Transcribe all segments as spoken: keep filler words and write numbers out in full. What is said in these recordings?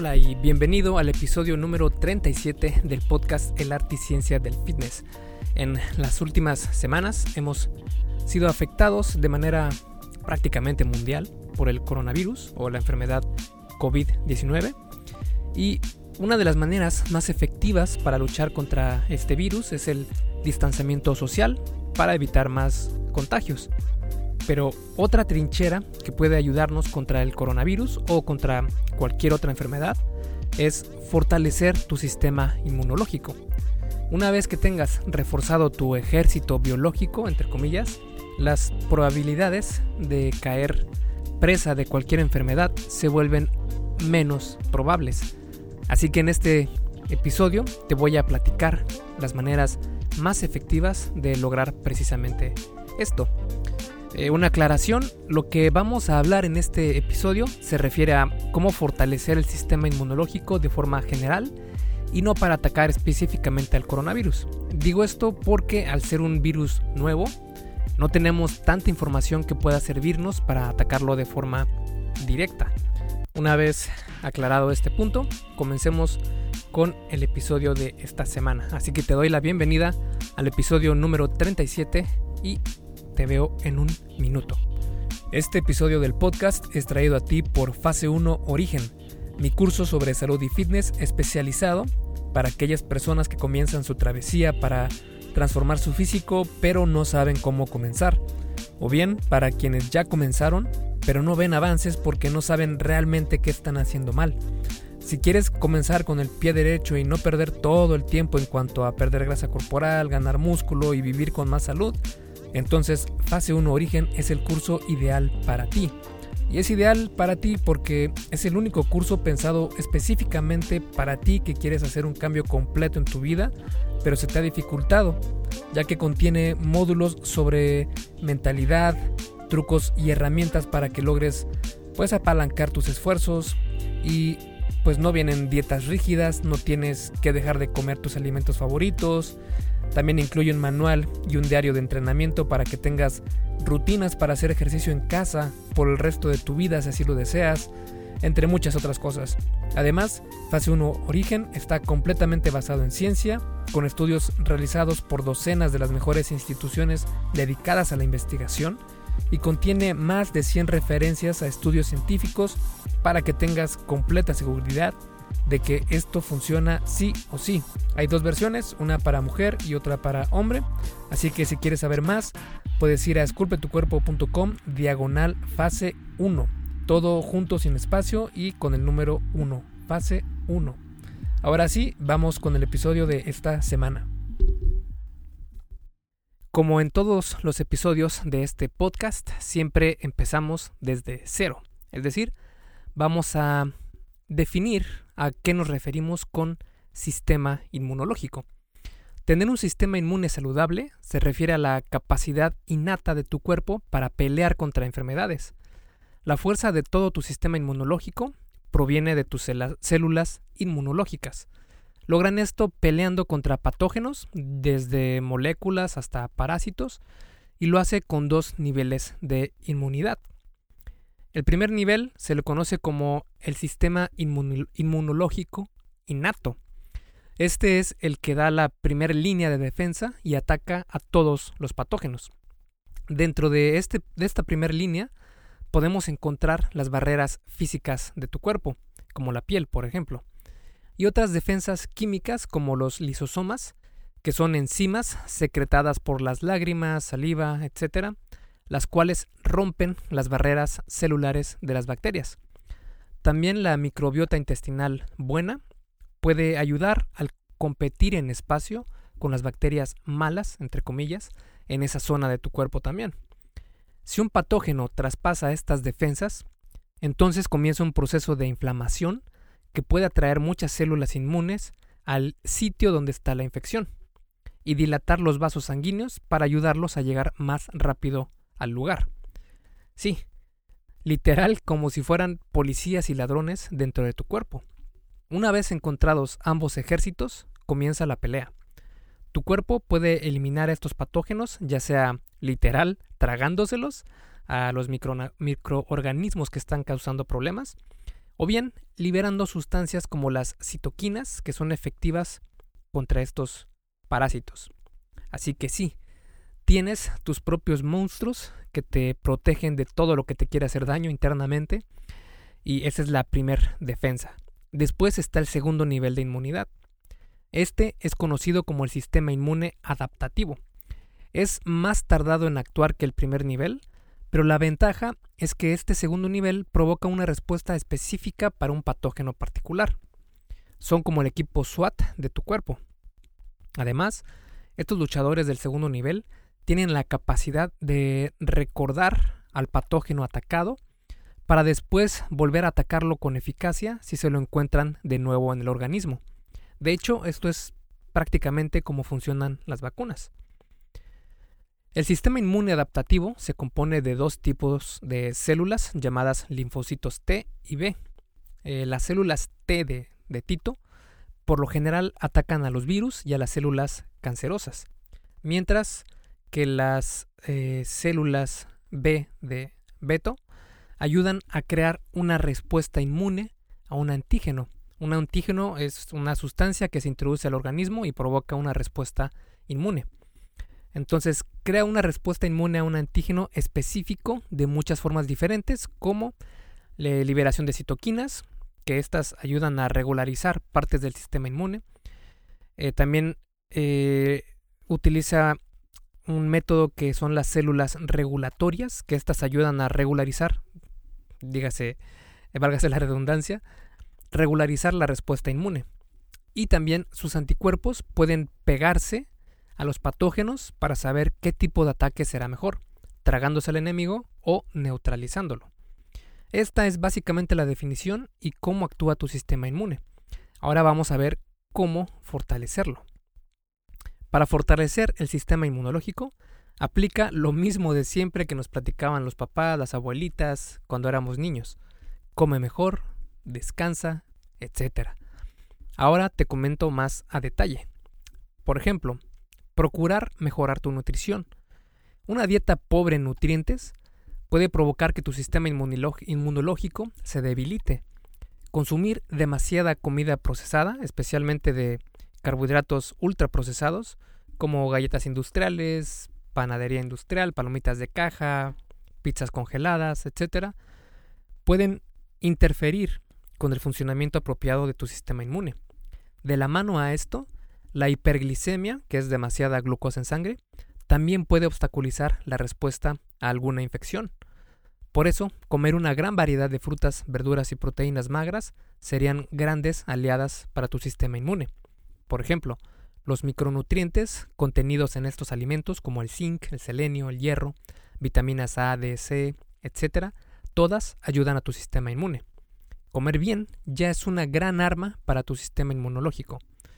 Hola y bienvenido al episodio número treinta y siete del podcast El Arte y Ciencia del Fitness. En las últimas semanas hemos sido afectados de manera prácticamente mundial por el coronavirus o la enfermedad covid diecinueve, y una de las maneras más efectivas para luchar contra este virus es el distanciamiento social para evitar más contagios. Pero otra trinchera que puede ayudarnos contra el coronavirus o contra cualquier otra enfermedad es fortalecer tu sistema inmunológico. Una vez que tengas reforzado tu ejército biológico, entre comillas, las probabilidades de caer presa de cualquier enfermedad se vuelven menos probables. Así que en este episodio te voy a platicar las maneras más efectivas de lograr precisamente esto. Eh, una aclaración, lo que vamos a hablar en este episodio se refiere a cómo fortalecer el sistema inmunológico de forma general y no para atacar específicamente al coronavirus. Digo esto porque al ser un virus nuevo, no tenemos tanta información que pueda servirnos para atacarlo de forma directa. Una vez aclarado este punto, comencemos con el episodio de esta semana. Así que te doy la bienvenida al episodio número treinta y siete y te veo en un minuto. Este episodio del podcast es traído a ti por Fase uno Origen, mi curso sobre salud y fitness especializado para aquellas personas que comienzan su travesía para transformar su físico pero no saben cómo comenzar, o bien para quienes ya comenzaron pero no ven avances porque no saben realmente qué están haciendo mal. Si quieres comenzar con el pie derecho y no perder todo el tiempo en cuanto a perder grasa corporal, ganar músculo y vivir con más salud, entonces Fase uno Origen es el curso ideal para ti. Y es ideal para ti porque es el único curso pensado específicamente para ti que quieres hacer un cambio completo en tu vida, pero se te ha dificultado, ya que contiene módulos sobre mentalidad, trucos y herramientas para que logres pues apalancar tus esfuerzos, y pues no vienen dietas rígidas, no tienes que dejar de comer tus alimentos favoritos. También incluye un manual y un diario de entrenamiento para que tengas rutinas para hacer ejercicio en casa por el resto de tu vida si así lo deseas, entre muchas otras cosas. Además, Fase uno Origen está completamente basado en ciencia, con estudios realizados por docenas de las mejores instituciones dedicadas a la investigación, y contiene más de cien referencias a estudios científicos para que tengas completa seguridad de que esto funciona sí o sí. Hay dos versiones, una para mujer y otra para hombre, así que si quieres saber más, puedes ir a esculpetucuerpo.com diagonal fase uno, todo junto sin espacio y con el número uno, fase uno. Ahora sí, vamos con el episodio de esta semana. Como en todos los episodios de este podcast, siempre empezamos desde cero, es decir, vamos a definir a qué nos referimos con sistema inmunológico. Tener un sistema inmune saludable se refiere a la capacidad innata de tu cuerpo para pelear contra enfermedades. La fuerza de todo tu sistema inmunológico proviene de tus células inmunológicas. Logran esto peleando contra patógenos, desde moléculas hasta parásitos, y lo hace con dos niveles de inmunidad. El primer nivel se le conoce como el sistema inmun- inmunológico innato. Este es el que da la primera línea de defensa y ataca a todos los patógenos. Dentro de, este, de esta primera línea podemos encontrar las barreras físicas de tu cuerpo, como la piel, por ejemplo, y otras defensas químicas como los lisosomas, que son enzimas secretadas por las lágrimas, saliva, etcétera, las cuales rompen las barreras celulares de las bacterias. También la microbiota intestinal buena puede ayudar al competir en espacio con las bacterias malas, entre comillas, en esa zona de tu cuerpo también. Si un patógeno traspasa estas defensas, entonces comienza un proceso de inflamación que puede atraer muchas células inmunes al sitio donde está la infección y dilatar los vasos sanguíneos para ayudarlos a llegar más rápido al lugar. Sí, literal como si fueran policías y ladrones dentro de tu cuerpo. Una vez encontrados ambos ejércitos, comienza la pelea. Tu cuerpo puede eliminar a estos patógenos, ya sea literal, tragándoselos a los micro, microorganismos que están causando problemas, o bien liberando sustancias como las citoquinas, que son efectivas contra estos parásitos. Así que sí, tienes tus propios monstruos que te protegen de todo lo que te quiere hacer daño internamente, y esa es la primera defensa. Después está el segundo nivel de inmunidad. Este es conocido como el sistema inmune adaptativo. Es más tardado en actuar que el primer nivel, pero la ventaja es que este segundo nivel provoca una respuesta específica para un patógeno particular. Son como el equipo SWAT de tu cuerpo. Además, estos luchadores del segundo nivel tienen la capacidad de recordar al patógeno atacado para después volver a atacarlo con eficacia si se lo encuentran de nuevo en el organismo. De hecho, esto es prácticamente como funcionan las vacunas. El sistema inmune adaptativo se compone de dos tipos de células llamadas linfocitos T y B. Eh, las células T de, de Tito por lo general atacan a los virus y a las células cancerosas, mientras que las eh, células B de Beto ayudan a crear una respuesta inmune a un antígeno. Un antígeno es una sustancia que se introduce al organismo y provoca una respuesta inmune. Entonces, crea una respuesta inmune a un antígeno específico de muchas formas diferentes, como la liberación de citoquinas, que estas ayudan a regularizar partes del sistema inmune. Eh, también eh, utiliza un método que son las células regulatorias, que estas ayudan a regularizar, dígase, eh, válgase la redundancia, regularizar la respuesta inmune. Y también sus anticuerpos pueden pegarse a los patógenos para saber qué tipo de ataque será mejor, tragándose al enemigo o neutralizándolo. Esta es básicamente la definición y cómo actúa tu sistema inmune. Ahora vamos a ver cómo fortalecerlo. Para fortalecer el sistema inmunológico, aplica lo mismo de siempre que nos platicaban los papás, las abuelitas, cuando éramos niños. Come mejor, descansa, etcétera. Ahora te comento más a detalle. Por ejemplo, procurar mejorar tu nutrición. Una dieta pobre en nutrientes puede provocar que tu sistema inmunológico se debilite. Consumir demasiada comida procesada, especialmente de carbohidratos ultraprocesados, como galletas industriales, panadería industrial, palomitas de caja, pizzas congeladas, etcétera, pueden interferir con el funcionamiento apropiado de tu sistema inmune. De la mano a esto, la hiperglicemia, que es demasiada glucosa en sangre, también puede obstaculizar la respuesta a alguna infección. Por eso, comer una gran variedad de frutas, verduras y proteínas magras serían grandes aliadas para tu sistema inmune. Por ejemplo, los micronutrientes contenidos en estos alimentos, como el zinc, el selenio, el hierro, vitaminas A, D, C, etcétera, todas ayudan a tu sistema inmune. Comer bien ya es una gran arma para tu sistema inmunológico.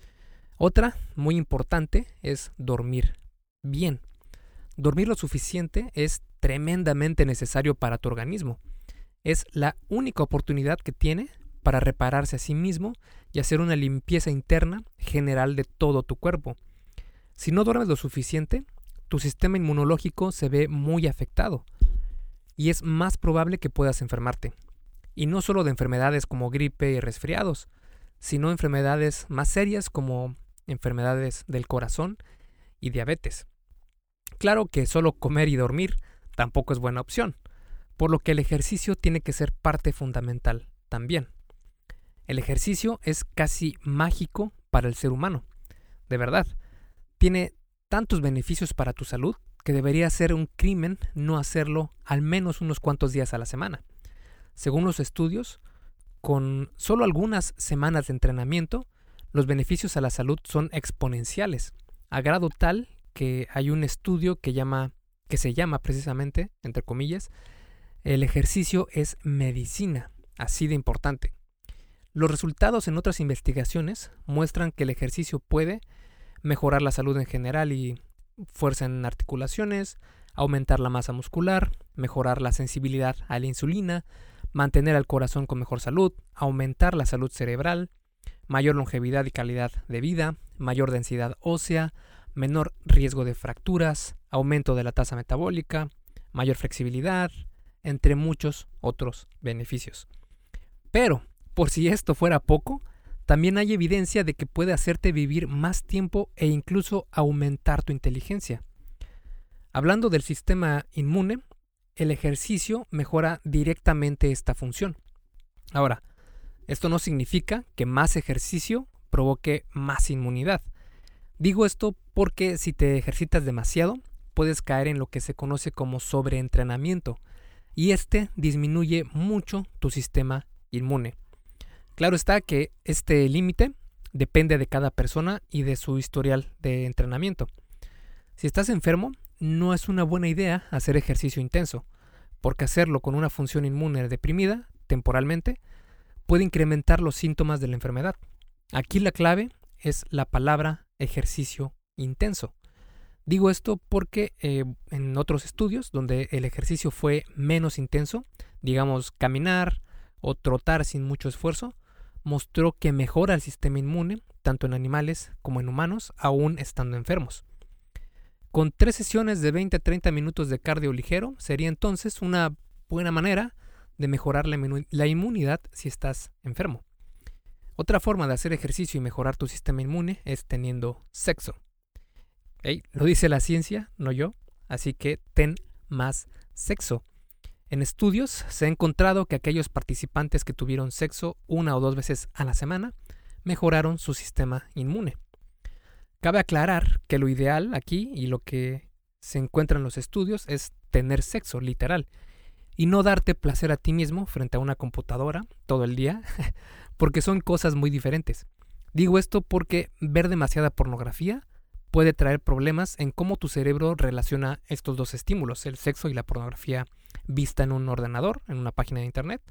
Otra muy importante es dormir bien. Dormir lo suficiente es tremendamente necesario para tu organismo. Es la única oportunidad que tiene para repararse a sí mismo y hacer una limpieza interna general de todo tu cuerpo. Si no duermes lo suficiente, tu sistema inmunológico se ve muy afectado y es más probable que puedas enfermarte. Y no solo de enfermedades como gripe y resfriados, sino enfermedades más serias como enfermedades del corazón y diabetes. Claro que solo comer y dormir tampoco es buena opción, por lo que el ejercicio tiene que ser parte fundamental también. El ejercicio es casi mágico para el ser humano. De verdad, tiene tantos beneficios para tu salud que debería ser un crimen no hacerlo al menos unos cuantos días a la semana. Según los estudios, con solo algunas semanas de entrenamiento, los beneficios a la salud son exponenciales, a grado tal que hay un estudio que, llama, que se llama precisamente, entre comillas, el ejercicio es medicina, así de importante. Los resultados en otras investigaciones muestran que el ejercicio puede mejorar la salud en general y fuerza en articulaciones, aumentar la masa muscular, mejorar la sensibilidad a la insulina, mantener al corazón con mejor salud, aumentar la salud cerebral, mayor longevidad y calidad de vida, mayor densidad ósea, menor riesgo de fracturas, aumento de la tasa metabólica, mayor flexibilidad, entre muchos otros beneficios. Pero Por si esto fuera poco, también hay evidencia de que puede hacerte vivir más tiempo e incluso aumentar tu inteligencia. Hablando del sistema inmune, el ejercicio mejora directamente esta función. Ahora, esto no significa que más ejercicio provoque más inmunidad. Digo esto porque si te ejercitas demasiado, puedes caer en lo que se conoce como sobreentrenamiento, y este disminuye mucho tu sistema inmune. Claro está que este límite depende de cada persona y de su historial de entrenamiento. Si estás enfermo, no es una buena idea hacer ejercicio intenso, porque hacerlo con una función inmune deprimida, temporalmente, puede incrementar los síntomas de la enfermedad. Aquí la clave es la palabra ejercicio intenso. Digo esto porque eh, en otros estudios donde el ejercicio fue menos intenso, digamos caminar o trotar sin mucho esfuerzo, mostró que mejora el sistema inmune tanto en animales como en humanos, aún estando enfermos. Con tres sesiones de veinte a treinta minutos de cardio ligero sería entonces una buena manera de mejorar la, inmu- la inmunidad si estás enfermo. Otra forma de hacer ejercicio y mejorar tu sistema inmune es teniendo sexo. Hey, lo dice la ciencia, no yo, así que ten más sexo. En estudios se ha encontrado que aquellos participantes que tuvieron sexo una o dos veces a la semana mejoraron su sistema inmune. Cabe aclarar que lo ideal aquí y lo que se encuentra en los estudios es tener sexo, literal, y no darte placer a ti mismo frente a una computadora todo el día, porque son cosas muy diferentes. Digo esto porque ver demasiada pornografía puede traer problemas en cómo tu cerebro relaciona estos dos estímulos, el sexo y la pornografía vista en un ordenador, en una página de internet.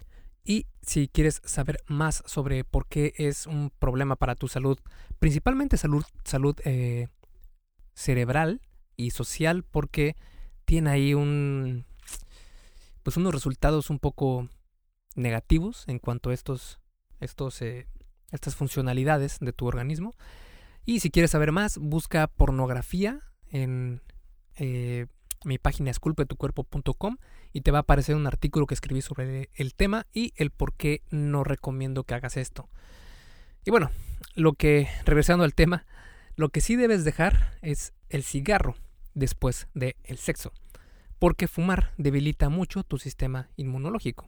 Y si quieres saber más sobre por qué es un problema para tu salud, principalmente salud, salud eh, cerebral y social, porque tiene ahí un, pues unos resultados un poco negativos en cuanto a estos, estos, eh, estas funcionalidades de tu organismo. Y si quieres saber más, busca pornografía en eh, mi página esculpe tu cuerpo punto com y te va a aparecer un artículo que escribí sobre el tema y el por qué no recomiendo que hagas esto. Y bueno, lo que, regresando al tema, lo que sí debes dejar es el cigarro después del sexo, porque fumar debilita mucho tu sistema inmunológico.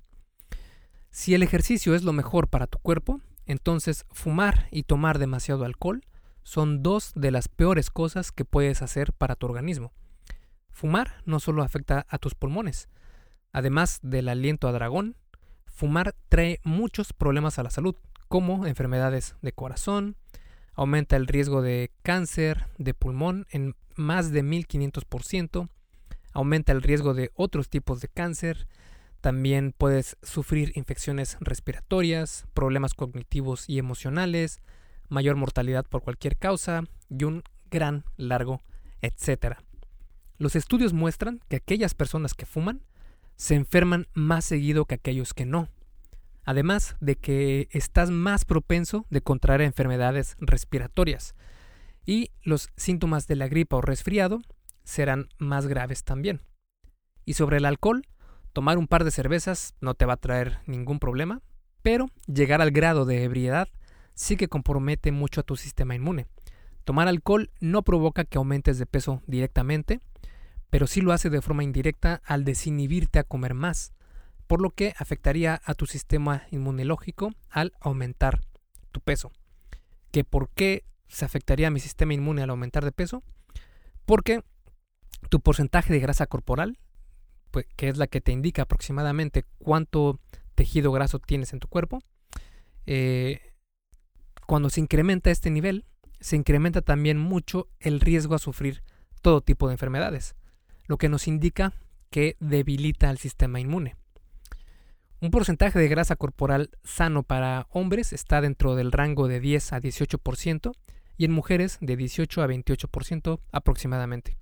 Si el ejercicio es lo mejor para tu cuerpo, entonces fumar y tomar demasiado alcohol son dos de las peores cosas que puedes hacer para tu organismo. Fumar no solo afecta a tus pulmones. Además del aliento a dragón, fumar trae muchos problemas a la salud, como enfermedades de corazón, aumenta el riesgo de cáncer de pulmón en más de mil quinientos por ciento, aumenta el riesgo de otros tipos de cáncer, también puedes sufrir infecciones respiratorias, problemas cognitivos y emocionales, mayor mortalidad por cualquier causa y un gran largo etcétera. Los estudios muestran que aquellas personas que fuman se enferman más seguido que aquellos que no. Además de que estás más propenso de contraer enfermedades respiratorias y los síntomas de la gripa o resfriado serán más graves también. Y sobre el alcohol, tomar un par de cervezas no te va a traer ningún problema, pero llegar al grado de ebriedad sí que compromete mucho a tu sistema inmune. Tomar alcohol no provoca que aumentes de peso directamente, pero sí lo hace de forma indirecta al desinhibirte a comer más, por lo que afectaría a tu sistema inmunológico al aumentar tu peso. ¿Que por qué se afectaría a mi sistema inmune al aumentar de peso? Porque tu porcentaje de grasa corporal, pues, que es la que te indica aproximadamente cuánto tejido graso tienes en tu cuerpo, eh, cuando se incrementa este nivel, se incrementa también mucho el riesgo a sufrir todo tipo de enfermedades, lo que nos indica que debilita el sistema inmune. Un porcentaje de grasa corporal sano para hombres está dentro del rango de diez a dieciocho por ciento y en mujeres de dieciocho a veintiocho por ciento aproximadamente.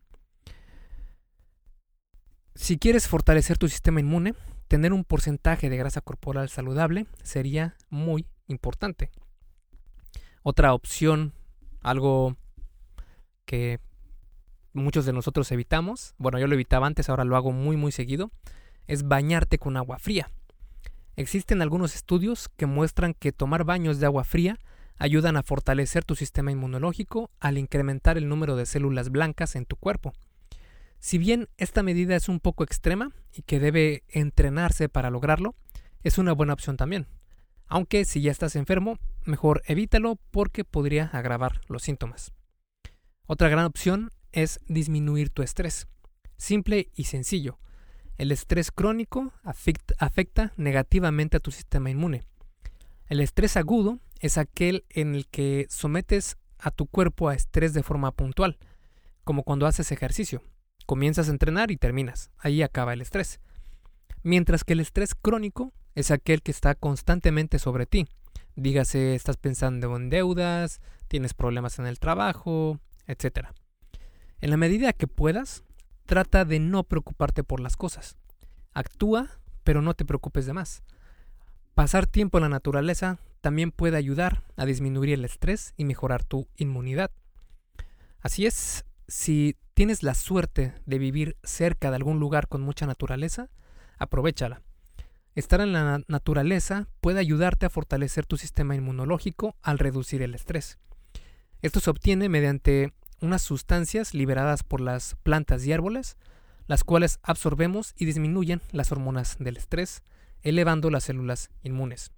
Si quieres fortalecer tu sistema inmune, tener un porcentaje de grasa corporal saludable sería muy importante. Otra opción, algo que muchos de nosotros evitamos, bueno, yo lo evitaba antes, ahora lo hago muy muy seguido, es bañarte con agua fría. Existen algunos estudios que muestran que tomar baños de agua fría ayudan a fortalecer tu sistema inmunológico al incrementar el número de células blancas en tu cuerpo. Si bien esta medida es un poco extrema y que debe entrenarse para lograrlo, es una buena opción también. Aunque si ya estás enfermo, mejor evítalo porque podría agravar los síntomas. Otra gran opción es disminuir tu estrés. Simple y sencillo. El estrés crónico afecta, afecta negativamente a tu sistema inmune. El estrés agudo es aquel en el que sometes a tu cuerpo a estrés de forma puntual, como cuando haces ejercicio. Comienzas a entrenar y terminas. Ahí acaba el estrés. Mientras que el estrés crónico es aquel que está constantemente sobre ti. Dígase, estás pensando en deudas, tienes problemas en el trabajo, etcétera. En la medida que puedas, trata de no preocuparte por las cosas. Actúa, pero no te preocupes de más. Pasar tiempo en la naturaleza también puede ayudar a disminuir el estrés y mejorar tu inmunidad. Así es, si tienes la suerte de vivir cerca de algún lugar con mucha naturaleza, aprovéchala. Estar en la naturaleza puede ayudarte a fortalecer tu sistema inmunológico al reducir el estrés. Esto se obtiene mediante unas sustancias liberadas por las plantas y árboles, las cuales absorbemos y disminuyen las hormonas del estrés, elevando las células inmunes.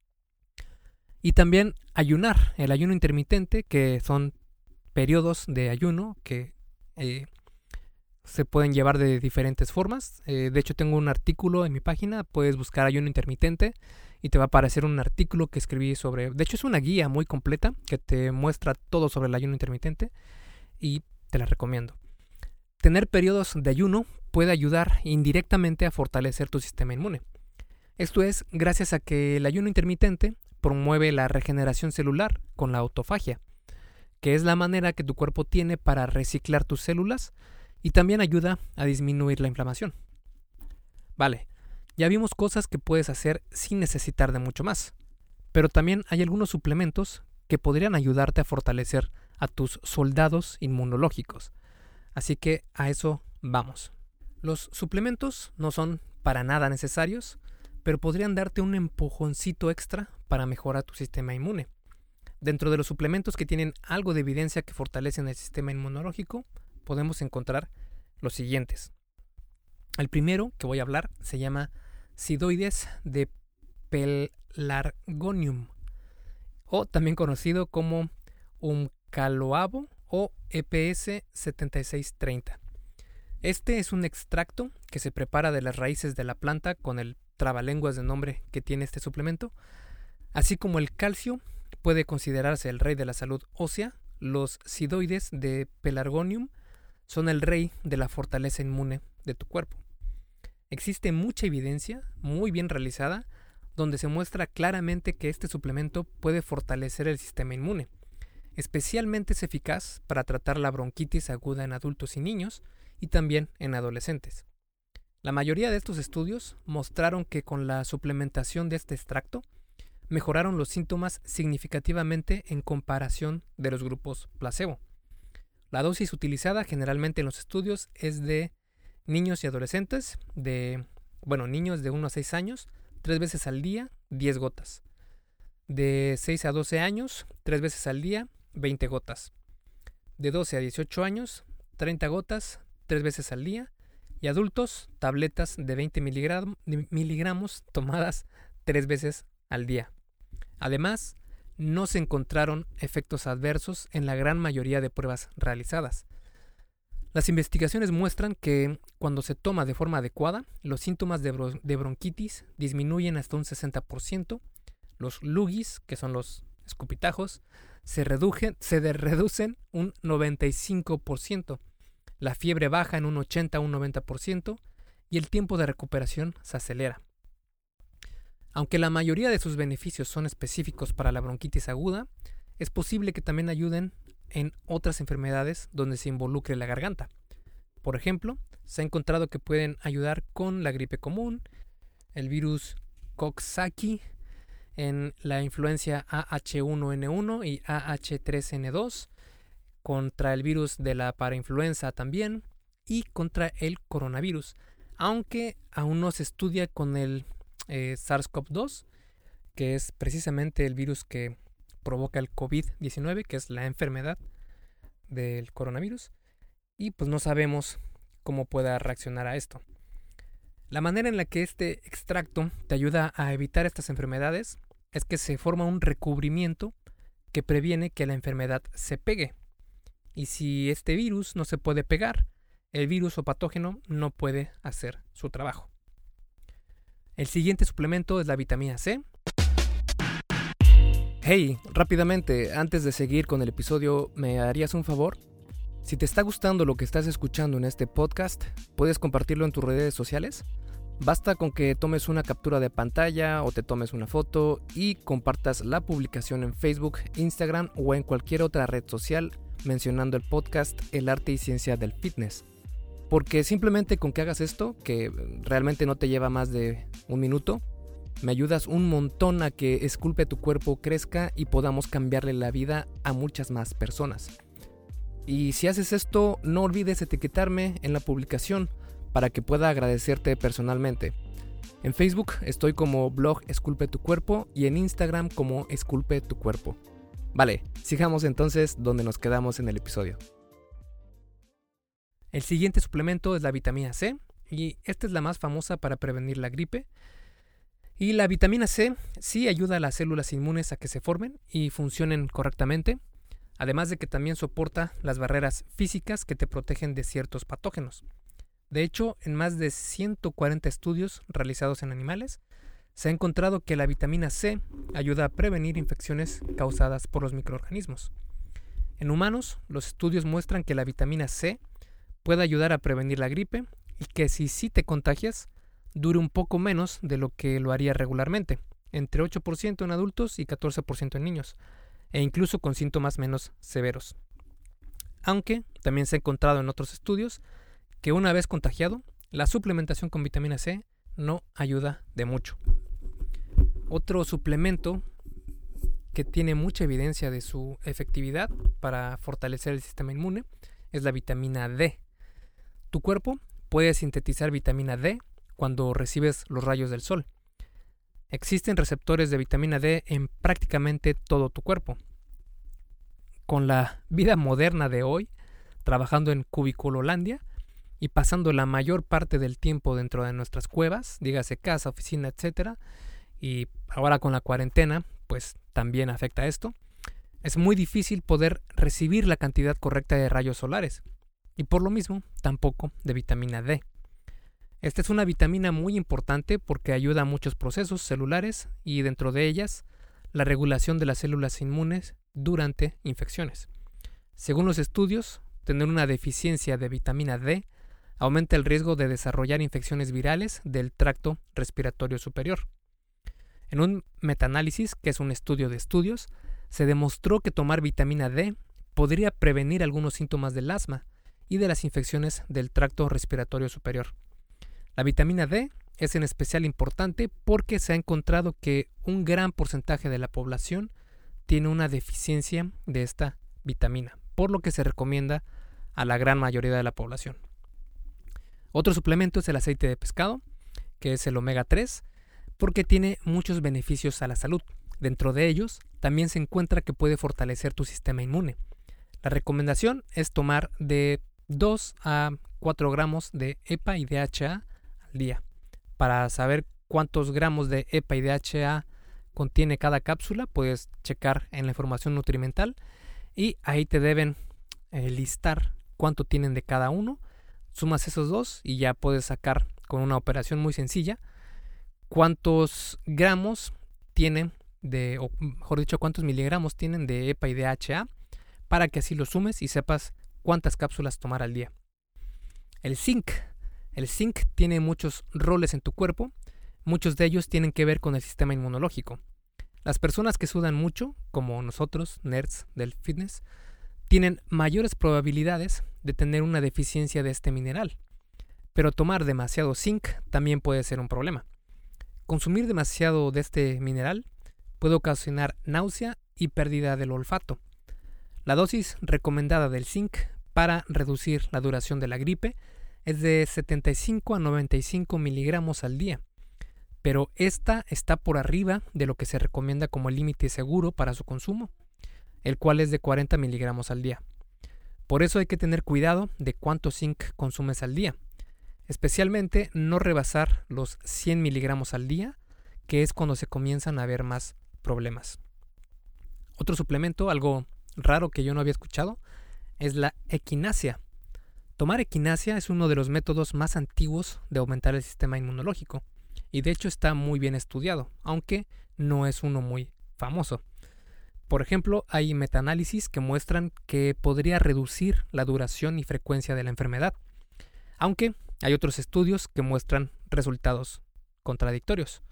Y también ayunar, el ayuno intermitente, que son periodos de ayuno que eh, se pueden llevar de diferentes formas. Eh, de hecho, tengo un artículo en mi página, puedes buscar ayuno intermitente y te va a aparecer un artículo que escribí sobre... De hecho, es una guía muy completa que te muestra todo sobre el ayuno intermitente y te la recomiendo. Tener periodos de ayuno puede ayudar indirectamente a fortalecer tu sistema inmune. Esto es gracias a que el ayuno intermitente promueve la regeneración celular con la autofagia, que es la manera que tu cuerpo tiene para reciclar tus células y también ayuda a disminuir la inflamación. Vale, ya vimos cosas que puedes hacer sin necesitar de mucho más, pero también hay algunos suplementos que podrían ayudarte a fortalecer a tus soldados inmunológicos. Así que a eso vamos. Los suplementos no son para nada necesarios, pero podrían darte un empujoncito extra para mejorar tu sistema inmune. Dentro de los suplementos que tienen algo de evidencia que fortalecen el sistema inmunológico, podemos encontrar los siguientes. El primero que voy a hablar se llama Sidoides de Pelargonium, o también conocido como Uncaloabo o E P S setenta y seis treinta. Este es un extracto que se prepara de las raíces de la planta con el trabalenguas de nombre que tiene este suplemento. Así como el calcio puede considerarse el rey de la salud ósea, los sidoides de Pelargonium son el rey de la fortaleza inmune de tu cuerpo. Existe mucha evidencia muy bien realizada donde se muestra claramente que este suplemento puede fortalecer el sistema inmune. Especialmente es eficaz para tratar la bronquitis aguda en adultos y niños y también en adolescentes. La mayoría de estos estudios mostraron que con la suplementación de este extracto mejoraron los síntomas significativamente en comparación de los grupos placebo. La dosis utilizada generalmente en los estudios es de niños y adolescentes, de, bueno, niños de uno a seis años, tres veces al día, diez gotas. De seis a doce años, tres veces al día, veinte gotas. De doce a dieciocho años, treinta gotas, tres veces al día. Y adultos, tabletas de veinte miligram, miligramos tomadas tres veces al día. Además, no se encontraron efectos adversos en la gran mayoría de pruebas realizadas. Las investigaciones muestran que cuando se toma de forma adecuada, los síntomas de, bron- de bronquitis disminuyen hasta un sesenta por ciento. Los lugis, que son los escupitajos, se, reduje, se de- reducen un noventa y cinco por ciento. La fiebre baja en un ochenta a un noventa por ciento y el tiempo de recuperación se acelera. Aunque la mayoría de sus beneficios son específicos para la bronquitis aguda, es posible que también ayuden en otras enfermedades donde se involucre la garganta. Por ejemplo, se ha encontrado que pueden ayudar con la gripe común, el virus Coxsackie, en la influencia A H uno N uno y A H tres N dos, contra el virus de la parainfluenza también y contra el coronavirus, aunque aún no se estudia con el eh, SARS-CoV dos, que es precisamente el virus que provoca el covid diecinueve, que es la enfermedad del coronavirus, y pues no sabemos cómo pueda reaccionar a esto. La manera en la que este extracto te ayuda a evitar estas enfermedades es que se forma un recubrimiento que previene que la enfermedad se pegue. Y si este virus no se puede pegar, el virus o patógeno no puede hacer su trabajo. El siguiente suplemento es la vitamina C. Hey, rápidamente, antes de seguir con el episodio, ¿me harías un favor? Si te está gustando lo que estás escuchando en este podcast, ¿puedes compartirlo en tus redes sociales? Basta con que tomes una captura de pantalla o te tomes una foto y compartas la publicación en Facebook, Instagram o en cualquier otra red social mencionando el podcast El Arte y Ciencia del Fitness. Porque simplemente con que hagas esto, que realmente no te lleva más de un minuto, me ayudas un montón a que Esculpe tu Cuerpo crezca y podamos cambiarle la vida a muchas más personas. Y si haces esto, no olvides etiquetarme en la publicación para que pueda agradecerte personalmente. En Facebook estoy como blog Esculpe tu Cuerpo y en Instagram como Esculpe tu Cuerpo. Vale, sigamos entonces donde nos quedamos en el episodio. El siguiente suplemento es la vitamina C y esta es la más famosa para prevenir la gripe. Y la vitamina C sí ayuda a las células inmunes a que se formen y funcionen correctamente, además de que también soporta las barreras físicas que te protegen de ciertos patógenos. De hecho, en más de ciento cuarenta estudios realizados en animales, se ha encontrado que la vitamina C ayuda a prevenir infecciones causadas por los microorganismos. En humanos, los estudios muestran que la vitamina C puede ayudar a prevenir la gripe y que si sí te contagias, dure un poco menos de lo que lo haría regularmente, entre ocho por ciento en adultos y catorce por ciento en niños, e incluso con síntomas menos severos. Aunque también se ha encontrado en otros estudios que una vez contagiado, la suplementación con vitamina C no ayuda de mucho. Otro suplemento que tiene mucha evidencia de su efectividad para fortalecer el sistema inmune es la vitamina D. Tu cuerpo puede sintetizar vitamina D cuando recibes los rayos del sol. Existen receptores de vitamina D en prácticamente todo tu cuerpo. Con la vida moderna de hoy, trabajando en Cubiculolandia y pasando la mayor parte del tiempo dentro de nuestras cuevas, dígase casa, oficina, etcétera, y ahora con la cuarentena, pues también afecta esto, es muy difícil poder recibir la cantidad correcta de rayos solares y por lo mismo tampoco de vitamina D. Esta es una vitamina muy importante porque ayuda a muchos procesos celulares y dentro de ellas la regulación de las células inmunes durante infecciones. Según los estudios, tener una deficiencia de vitamina D aumenta el riesgo de desarrollar infecciones virales del tracto respiratorio superior. En un metaanálisis, que es un estudio de estudios, se demostró que tomar vitamina D podría prevenir algunos síntomas del asma y de las infecciones del tracto respiratorio superior. La vitamina D es en especial importante porque se ha encontrado que un gran porcentaje de la población tiene una deficiencia de esta vitamina, por lo que se recomienda a la gran mayoría de la población. Otro suplemento es el aceite de pescado, que es el omega tres, porque tiene muchos beneficios a la salud. Dentro de ellos, también se encuentra que puede fortalecer tu sistema inmune. La recomendación es tomar de dos a cuatro gramos de E P A y D H A al día. Para saber cuántos gramos de E P A y D H A contiene cada cápsula, puedes checar en la información nutrimental y ahí te deben eh, listar cuánto tienen de cada uno. Sumas esos dos y ya puedes sacar con una operación muy sencilla cuántos gramos tienen de, o mejor dicho, cuántos miligramos tienen de E P A y D H A para que así lo sumes y sepas cuántas cápsulas tomar al día. El zinc. El zinc tiene muchos roles en tu cuerpo, muchos de ellos tienen que ver con el sistema inmunológico. Las personas que sudan mucho, como nosotros, nerds del fitness, tienen mayores probabilidades de tener una deficiencia de este mineral, pero tomar demasiado zinc también puede ser un problema. Consumir demasiado de este mineral puede ocasionar náusea y pérdida del olfato. La dosis recomendada del zinc para reducir la duración de la gripe es de setenta y cinco a noventa y cinco miligramos al día, pero esta está por arriba de lo que se recomienda como el límite seguro para su consumo, el cual es de cuarenta miligramos al día. Por eso hay que tener cuidado de cuánto zinc consumes al día, especialmente no rebasar los cien miligramos al día, que es cuando se comienzan a ver más problemas. Otro suplemento, algo raro que yo no había escuchado, es la equinacia. Tomar equinacia es uno de los métodos más antiguos de aumentar el sistema inmunológico y de hecho está muy bien estudiado, aunque no es uno muy famoso. Por ejemplo, hay metaanálisis que muestran que podría reducir la duración y frecuencia de la enfermedad, aunque hay otros estudios que muestran resultados contradictorios.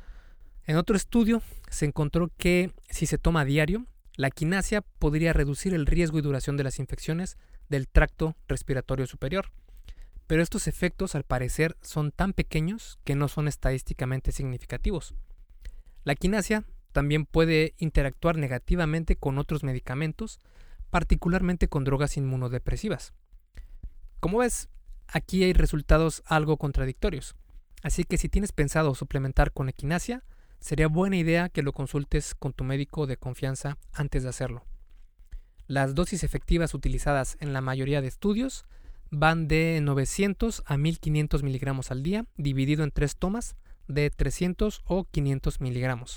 En otro estudio se encontró que si se toma a diario, la equinacia podría reducir el riesgo y duración de las infecciones del tracto respiratorio superior, pero estos efectos al parecer son tan pequeños que no son estadísticamente significativos. La equinacia también puede interactuar negativamente con otros medicamentos, particularmente con drogas inmunodepresivas. Como ves, aquí hay resultados algo contradictorios, así que si tienes pensado suplementar con equinacia, sería buena idea que lo consultes con tu médico de confianza antes de hacerlo. Las dosis efectivas utilizadas en la mayoría de estudios van de novecientos a mil quinientos miligramos al día, dividido en tres tomas de trescientos o quinientos miligramos.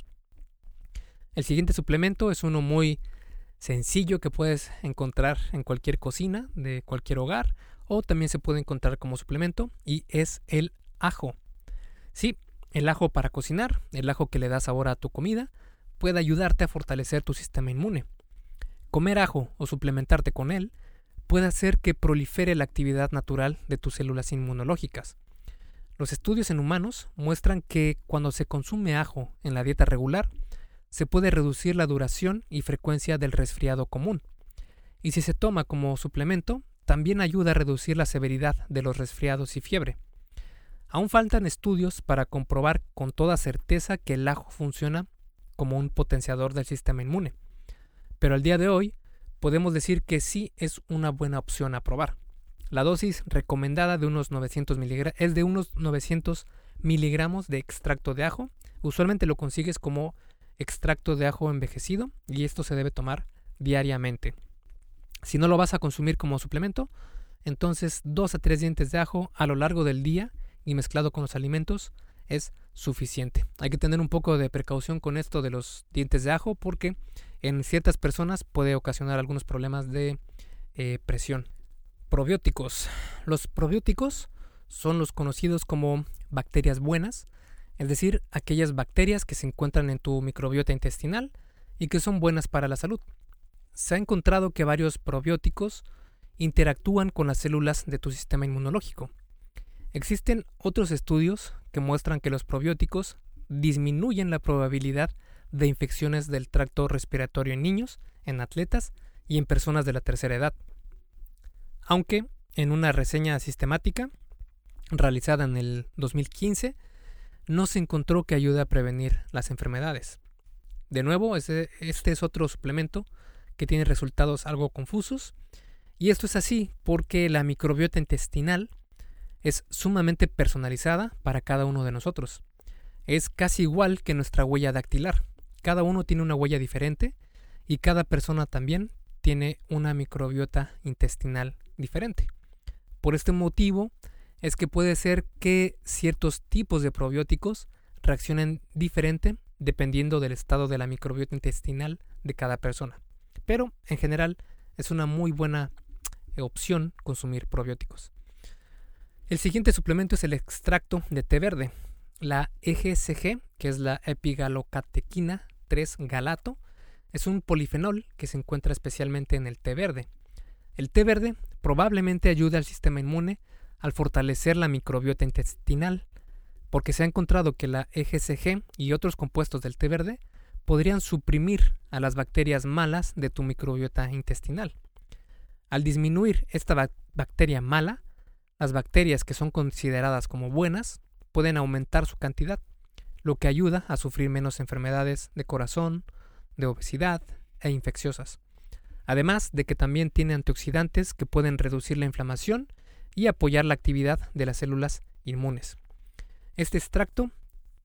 El siguiente suplemento es uno muy sencillo que puedes encontrar en cualquier cocina de cualquier hogar o también se puede encontrar como suplemento y es el ajo. Sí, el ajo para cocinar, el ajo que le da sabor a tu comida, puede ayudarte a fortalecer tu sistema inmune. Comer ajo o suplementarte con él puede hacer que prolifere la actividad natural de tus células inmunológicas. Los estudios en humanos muestran que cuando se consume ajo en la dieta regular, se puede reducir la duración y frecuencia del resfriado común. Y si se toma como suplemento, también ayuda a reducir la severidad de los resfriados y fiebre. Aún faltan estudios para comprobar con toda certeza que el ajo funciona como un potenciador del sistema inmune. Pero al día de hoy podemos decir que sí es una buena opción a probar. La dosis recomendada de unos novecientos miligramos es de unos novecientos miligramos de extracto de ajo. Usualmente lo consigues como extracto de ajo envejecido y esto se debe tomar diariamente. Si no lo vas a consumir como suplemento, entonces dos a tres dientes de ajo a lo largo del día y mezclado con los alimentos es suficiente. Hay que tener un poco de precaución con esto de los dientes de ajo porque en ciertas personas puede ocasionar algunos problemas de eh, presión. Probióticos. Los probióticos son los conocidos como bacterias buenas, es decir, aquellas bacterias que se encuentran en tu microbiota intestinal y que son buenas para la salud. Se ha encontrado que varios probióticos interactúan con las células de tu sistema inmunológico. Existen otros estudios que muestran que los probióticos disminuyen la probabilidad de infecciones del tracto respiratorio en niños, en atletas y en personas de la tercera edad. Aunque en una reseña sistemática realizada en el dos mil quince no se encontró que ayude a prevenir las enfermedades. De nuevo, este, este es otro suplemento que tiene resultados algo confusos y esto es así porque la microbiota intestinal es sumamente personalizada para cada uno de nosotros. Es casi igual que nuestra huella dactilar. Cada uno tiene una huella diferente y cada persona también tiene una microbiota intestinal diferente. Por este motivo es que puede ser que ciertos tipos de probióticos reaccionen diferente dependiendo del estado de la microbiota intestinal de cada persona. Pero en general es una muy buena opción consumir probióticos. El siguiente suplemento es el extracto de té verde, la E G C G, que es la epigalocatequina tres galato, es un polifenol que se encuentra especialmente en el té verde. El té verde probablemente ayuda al sistema inmune al fortalecer la microbiota intestinal, porque se ha encontrado que la E G C G y otros compuestos del té verde podrían suprimir a las bacterias malas de tu microbiota intestinal. Al disminuir esta bacteria mala, las bacterias que son consideradas como buenas pueden aumentar su cantidad, lo que ayuda a sufrir menos enfermedades de corazón, de obesidad e infecciosas. Además de que también tiene antioxidantes que pueden reducir la inflamación y apoyar la actividad de las células inmunes. Este extracto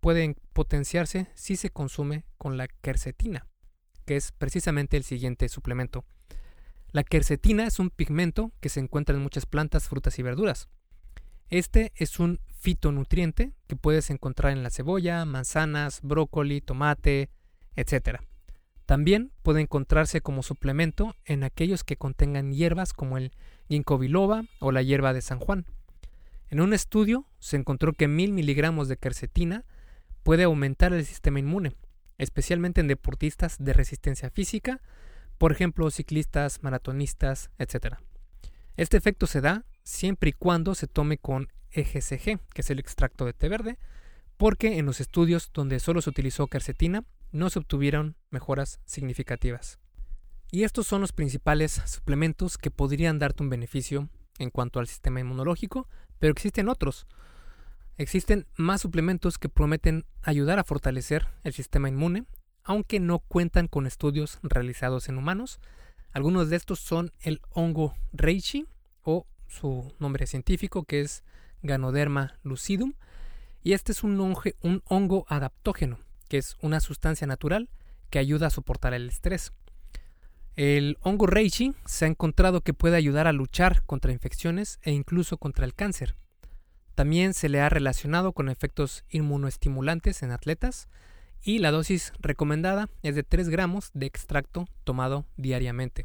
puede potenciarse si se consume con la quercetina, que es precisamente el siguiente suplemento. La quercetina es un pigmento que se encuentra en muchas plantas, frutas y verduras. Este es un fitonutriente que puedes encontrar en la cebolla, manzanas, brócoli, tomate, etcétera. También puede encontrarse como suplemento en aquellos que contengan hierbas como el ginkgo biloba o la hierba de San Juan. En un estudio se encontró que mil miligramos de quercetina puede aumentar el sistema inmune, especialmente en deportistas de resistencia física, por ejemplo ciclistas, maratonistas, etcétera. Este efecto se da siempre y cuando se tome con E G C G, que es el extracto de té verde, porque en los estudios donde solo se utilizó quercetina no se obtuvieron mejoras significativas. Y estos son los principales suplementos que podrían darte un beneficio en cuanto al sistema inmunológico, pero existen otros. Existen más suplementos que prometen ayudar a fortalecer el sistema inmune, aunque no cuentan con estudios realizados en humanos. Algunos de estos son el hongo reishi, o su nombre científico, que es Ganoderma lucidum, y este es un, onge, un hongo adaptógeno, que es una sustancia natural que ayuda a soportar el estrés. El hongo reishi se ha encontrado que puede ayudar a luchar contra infecciones e incluso contra el cáncer. También se le ha relacionado con efectos inmunoestimulantes en atletas, y la dosis recomendada es de tres gramos de extracto tomado diariamente.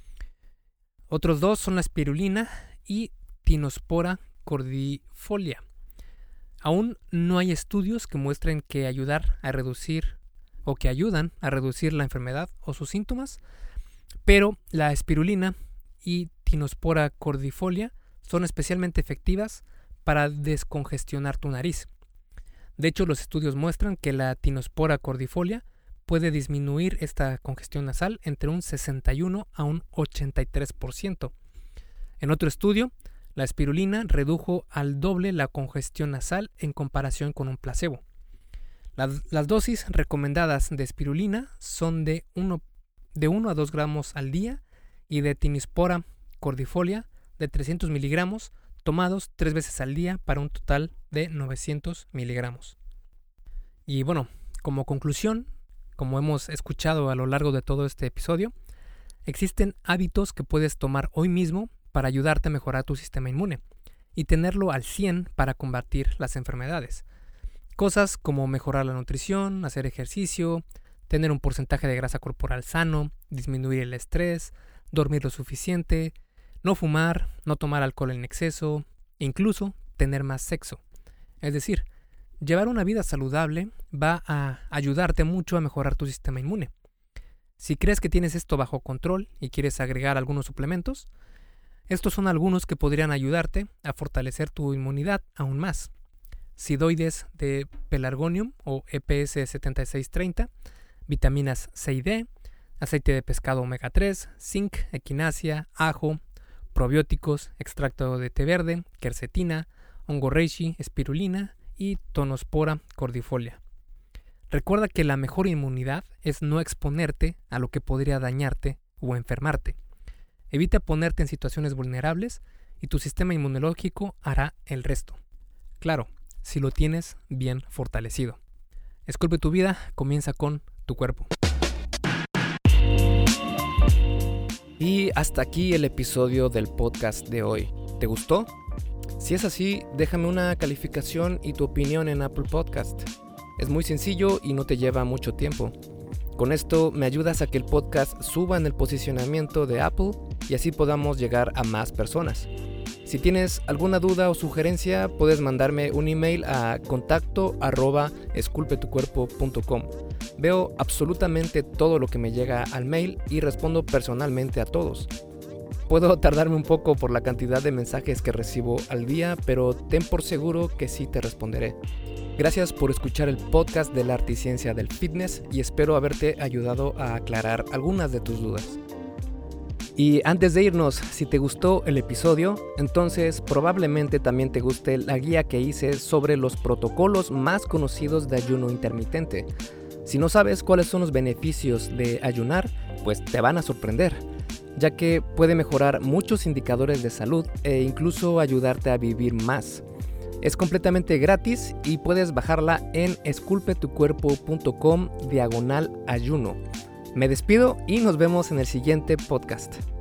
Otros dos son la espirulina y Tinospora cordifolia. Aún no hay estudios que muestren que ayudar a reducir o que ayudan a reducir la enfermedad o sus síntomas, pero la espirulina y Tinospora cordifolia son especialmente efectivas para descongestionar tu nariz. De hecho, los estudios muestran que la Tinospora cordifolia puede disminuir esta congestión nasal entre un sesenta y uno a un ochenta y tres por ciento. En otro estudio, la espirulina redujo al doble la congestión nasal en comparación con un placebo. Las, las dosis recomendadas de espirulina son de uno, de uno a dos gramos al día y de Tinospora cordifolia de trescientos miligramos tomados tres veces al día para un total de novecientos miligramos. Y bueno, como conclusión, como hemos escuchado a lo largo de todo este episodio, existen hábitos que puedes tomar hoy mismo para ayudarte a mejorar tu sistema inmune y tenerlo al cien para combatir las enfermedades. Cosas como mejorar la nutrición, hacer ejercicio, tener un porcentaje de grasa corporal sano, disminuir el estrés, dormir lo suficiente, no fumar, no tomar alcohol en exceso, incluso tener más sexo. Es decir, llevar una vida saludable va a ayudarte mucho a mejorar tu sistema inmune. Si crees que tienes esto bajo control y quieres agregar algunos suplementos, estos son algunos que podrían ayudarte a fortalecer tu inmunidad aún más. Sidoides de Pelargonium o E P S setenta y seis treinta, vitaminas C y D, aceite de pescado omega tres, zinc, equinacia, ajo, probióticos, extracto de té verde, quercetina, hongo reishi, espirulina y Tinospora cordifolia. Recuerda que la mejor inmunidad es no exponerte a lo que podría dañarte o enfermarte. Evita ponerte en situaciones vulnerables y tu sistema inmunológico hará el resto. Claro, si lo tienes bien fortalecido. Esculpe tu vida, comienza con tu cuerpo. Y hasta aquí el episodio del podcast de hoy. ¿Te gustó? Si es así, déjame una calificación y tu opinión en Apple Podcast. Es muy sencillo y no te lleva mucho tiempo. Con esto me ayudas a que el podcast suba en el posicionamiento de Apple y así podamos llegar a más personas. Si tienes alguna duda o sugerencia, puedes mandarme un email a contacto arroba esculpetucuerpo punto com. Veo absolutamente todo lo que me llega al mail y respondo personalmente a todos. Puedo tardarme un poco por la cantidad de mensajes que recibo al día, pero ten por seguro que sí te responderé. Gracias por escuchar el podcast del arte y ciencia del fitness y espero haberte ayudado a aclarar algunas de tus dudas. Y antes de irnos, si te gustó el episodio, entonces probablemente también te guste la guía que hice sobre los protocolos más conocidos de ayuno intermitente. Si no sabes cuáles son los beneficios de ayunar, pues te van a sorprender, ya que puede mejorar muchos indicadores de salud e incluso ayudarte a vivir más. Es completamente gratis y puedes bajarla en esculpetucuerpo.com diagonal ayuno. Me despido y nos vemos en el siguiente podcast.